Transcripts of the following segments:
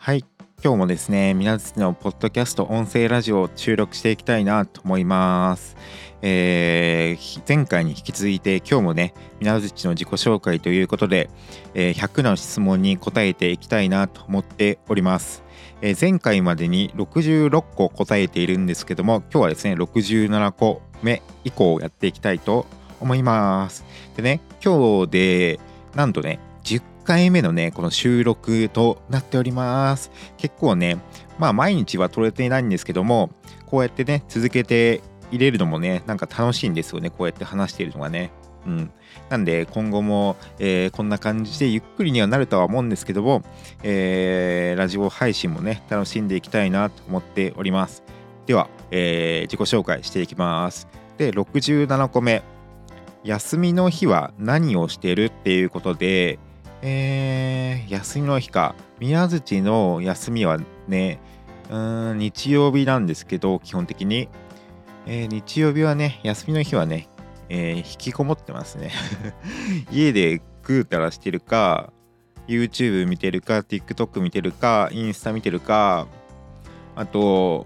はい、今日もですね、皆さんのポッドキャスト音声ラジオを収録していきたいなと思います。前回に引き続いて今日もね、皆さんの自己紹介ということで、100の質問に答えていきたいなと思っております。前回までに66個答えているんですけども、今日はですね、67個目以降やっていきたいと思います。でね、今日でなんとね、10回目のね、この収録となっております。結構ね、毎日は撮れていないんですけども、こうやってね、続けて入れるのもね、なんか楽しいんですよね、こうやって話しているのがね。うん。なんで、今後も、こんな感じでゆっくりにはなるとは思うんですけども、ラジオ配信もね、楽しんでいきたいなと思っております。では、自己紹介していきます。で、67個目。休みの日は何をしてるっていうことで、休みの日か。宮槌の休みはね、日曜日なんですけど、基本的に。日曜日はね、休みの日はね、引きこもってますね。家でぐうたらしてるか、YouTube 見てるか、TikTok 見てるか、インスタ見てるか、あと、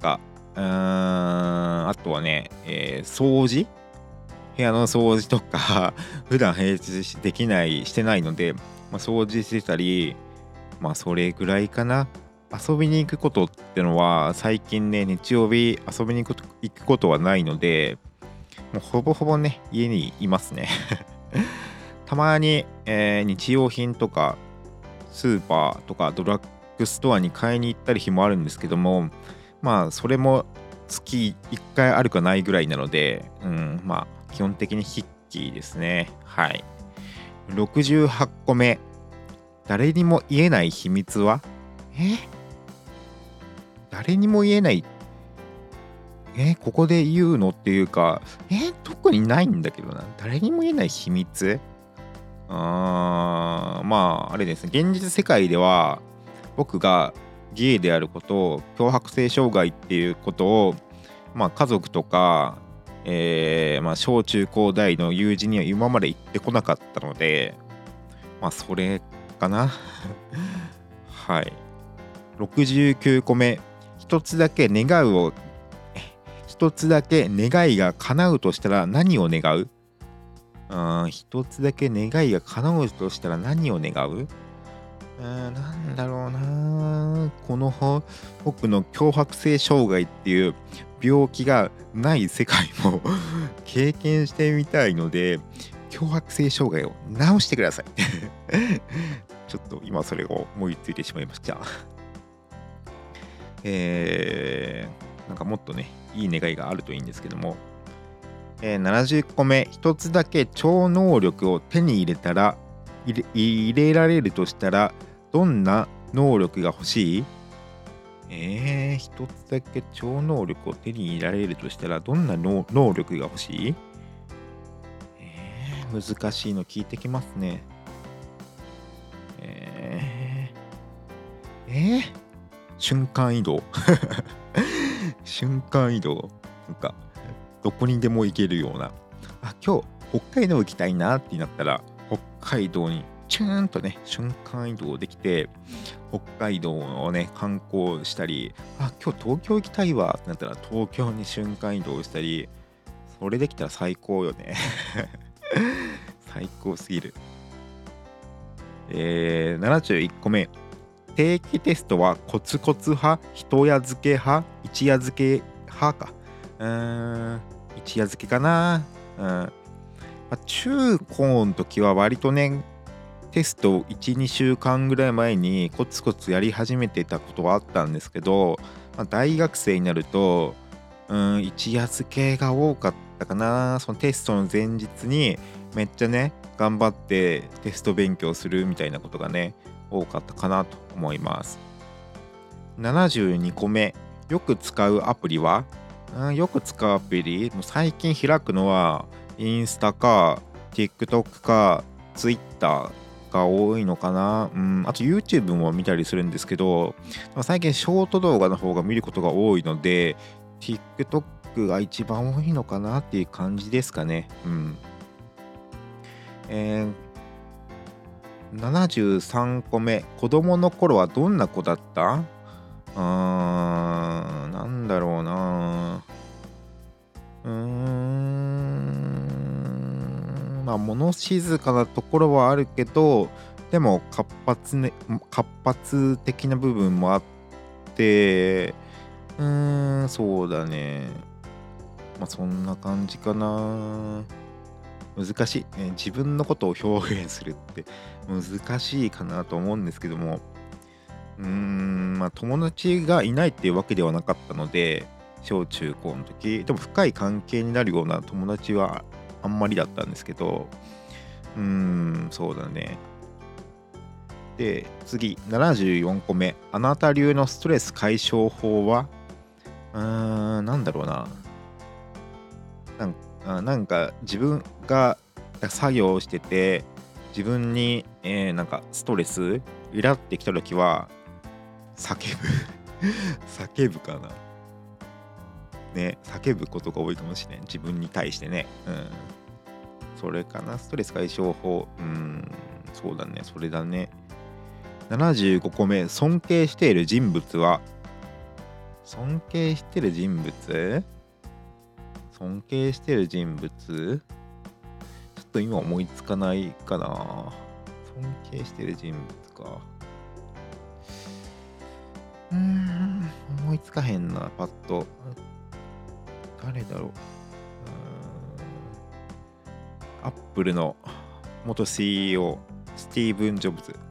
あとはね、掃除部屋の掃除とか普段平日できないしてないので、掃除してたり、それぐらいかな。遊びに行くことってのは最近ね、日曜日遊びに行くことはないので、もうほぼほぼね、家にいますね。たまに、日用品とかスーパーとかドラッグストアに買いに行ったり日もあるんですけども、それも月1回あるかないぐらいなので、基本的に筆記ですね。はい。68個目。誰にも言えない秘密は？え誰にも言えない。ここで言うのっていうか、特にないんだけどな。誰にも言えない秘密？あれですね。現実世界では、僕がゲイであること、強迫性障害っていうことを、家族とか、小中高大の友人には今まで言ってこなかったので、それかな。はい。69個目。一つだけ願うを、一つだけ願いが叶うとしたら何を願う？一つだけ願いが叶うとしたら何を願う？なんだろうな。僕の強迫性障害っていう病気がない世界も経験してみたいので、強迫性障害を治してください。ちょっと今それを思いついてしまいました。なんかもっとね、いい願いがあるといいんですけども、70個目。一つだけ超能力を手に入れたら入れられるとしたらどんな能力が欲しい？一つだけ超能力を手に入れられるとしたらどんな能力が欲しい？難しいの聞いてきますね。えー、えー瞬間移動。瞬間移動。なんかどこにでも行けるような。今日北海道行きたいなってなったら、北海道にチューンとね、瞬間移動できて、北海道をね、観光したり、今日東京行きたいわってなったら、東京に瞬間移動したり、それできたら最高よね。最高すぎる。71個目。定期テストはコツコツ派、一夜漬け派、一夜漬け派か。一夜漬けかな。中高の時は割とね、テスト1、2週間ぐらい前にコツコツやり始めてたことはあったんですけど、大学生になると、一夜漬けが多かったかな。そのテストの前日にめっちゃね、頑張ってテスト勉強するみたいなことがね、多かったかなと思います。72個目。よく使うアプリは？よく使うアプリもう最近開くのはインスタか TikTok か Twitter が多いのかな。あと YouTube も見たりするんですけど、最近ショート動画の方が見ることが多いので TikTok が一番多いのかなっていう感じですかね。 73個目、子供の頃はどんな子だった？なんだろうな。まあ物静かなところはあるけど、でも活発的な部分もあって、そうだね。まあそんな感じかな。難しい、自分のことを表現するって難しいかなと思うんですけども、まあ友達がいないっていうわけではなかったので、小中高の時でも深い関係になるような友達はあんまりだったんですけど、そうだね。で次74個目、あなた流のストレス解消法は？なんだろうな。なんか自分が作業をしてて、自分に、なんかストレスイラってきた時は叫ぶ叫ぶかな。ね、叫ぶことが多いかもしれん、自分に対してね。それかな、ストレス解消法。そうだね、それだね。75個目、尊敬している人物は？尊敬している人物尊敬している人物、ちょっと今思いつかないかな。尊敬している人物か。思いつかへんな、パッと。誰だろう。アップルの元 CEO、スティーブン・ジョブズ。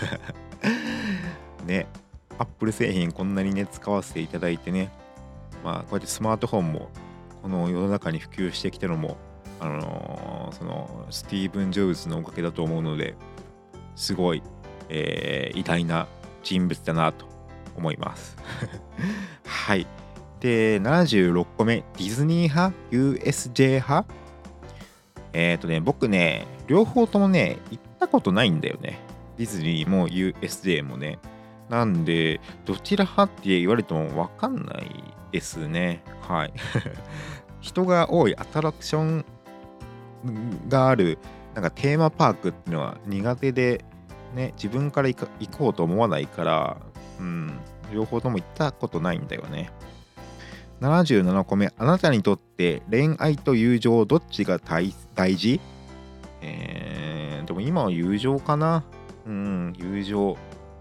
ね、アップル製品こんなにね、使わせていただいてね、まあ、こうやってスマートフォンもこの世の中に普及してきたのも、そのスティーブン・ジョブズのおかげだと思うので、すごい、偉大な人物だなと思います。はい。で、76個目、ディズニー派 ?USJ 派？僕ね、両方ともね、行ったことないんだよね。ディズニーも USJ もね。なんで、どちら派って言われてもわかんないですね。はい。人が多いアトラクションがある、なんかテーマパークっていうのは苦手で、ね、自分から行こうと思わないから、両方とも行ったことないんだよね。77個目、あなたにとって恋愛と友情どっちが大事？でも今は友情かな。友情。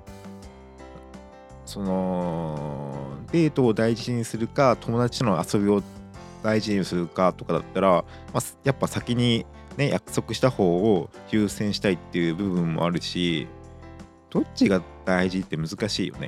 そのデートを大事にするか、友達との遊びを大事にするかとかだったら、やっぱ先にね、約束した方を優先したいっていう部分もあるし、どっちが大事って難しいよね。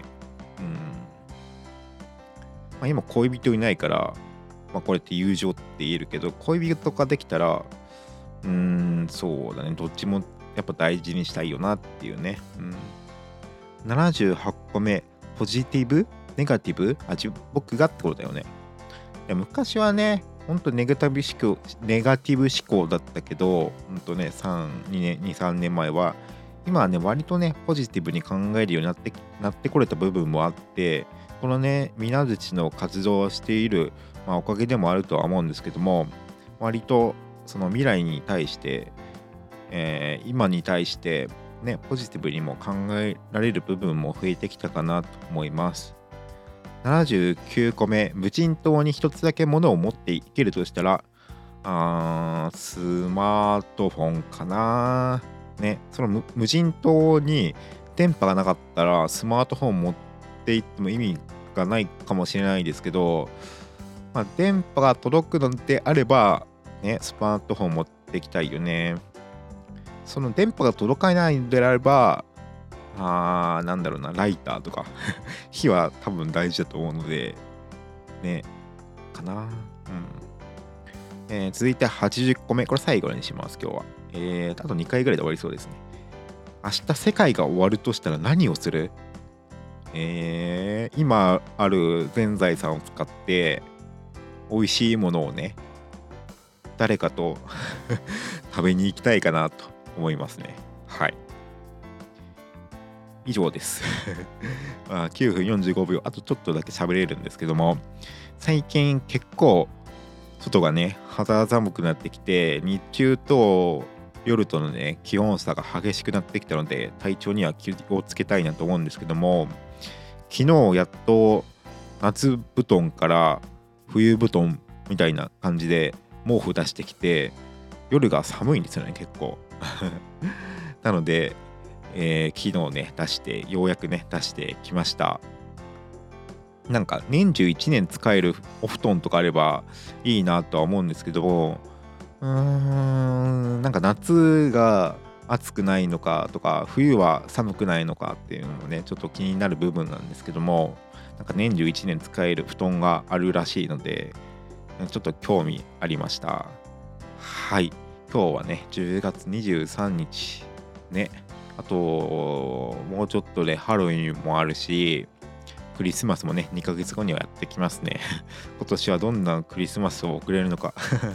今恋人いないから、これって友情って言えるけど、恋人ができたら、そうだね、どっちもやっぱ大事にしたいよなっていうね。78個目、ポジティブネガティブ僕がってことだよね。いや昔はね、ほんとネガティブ思考だったけど、2、3年前は、今はね、割とね、ポジティブに考えるようになってこれた部分もあって、このね、水槌の活動をしている、おかげでもあるとは思うんですけども、割とその未来に対して、今に対してね、ポジティブにも考えられる部分も増えてきたかなと思います。79個目、無人島に一つだけ物を持っていけるとしたら、スマートフォンかな。ね、その無人島に電波がなかったらスマートフォン持っていっても意味がないかもしれないですけど、電波が届くのであれば、ね、スマートフォン持ってきたいよね。その電波が届かないのであれば、なんだろうな、ライターとか火は多分大事だと思うので、ね、かな。続いて80個目。これ最後にします、今日は。あと2回ぐらいで終わりそうですね。明日世界が終わるとしたら何をする？今ある全財産を使って美味しいものをね、誰かと食べに行きたいかなと思いますね。はい。以上です。9分45秒、あとちょっとだけ喋れるんですけども、最近結構外がね、肌寒くなってきて、日中と夜とのね気温差が激しくなってきたので、体調には気をつけたいなと思うんですけども、昨日やっと夏布団から冬布団みたいな感じで毛布出してきて、夜が寒いんですよね結構なので、昨日ね出してようやくね出してきました。なんか年中1年使えるお布団とかあればいいなとは思うんですけども、なんか夏が暑くないのかとか冬は寒くないのかっていうのもねちょっと気になる部分なんですけども、なんか年中1年使える布団があるらしいので、ちょっと興味ありました。はい、今日はね10月23日ね、あともうちょっとでハロウィンもあるし、クリスマスもね2ヶ月後にはやってきますね今年はどんなクリスマスを送れるのか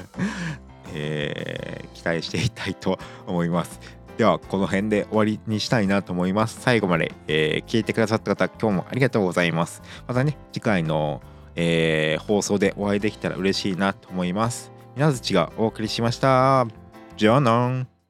期待していきたいと思います。ではこの辺で終わりにしたいなと思います。最後まで、聞いてくださった方、今日もありがとうございます。またね次回の、放送でお会いできたら嬉しいなと思います。みなずちがお送りしました。じゃあな。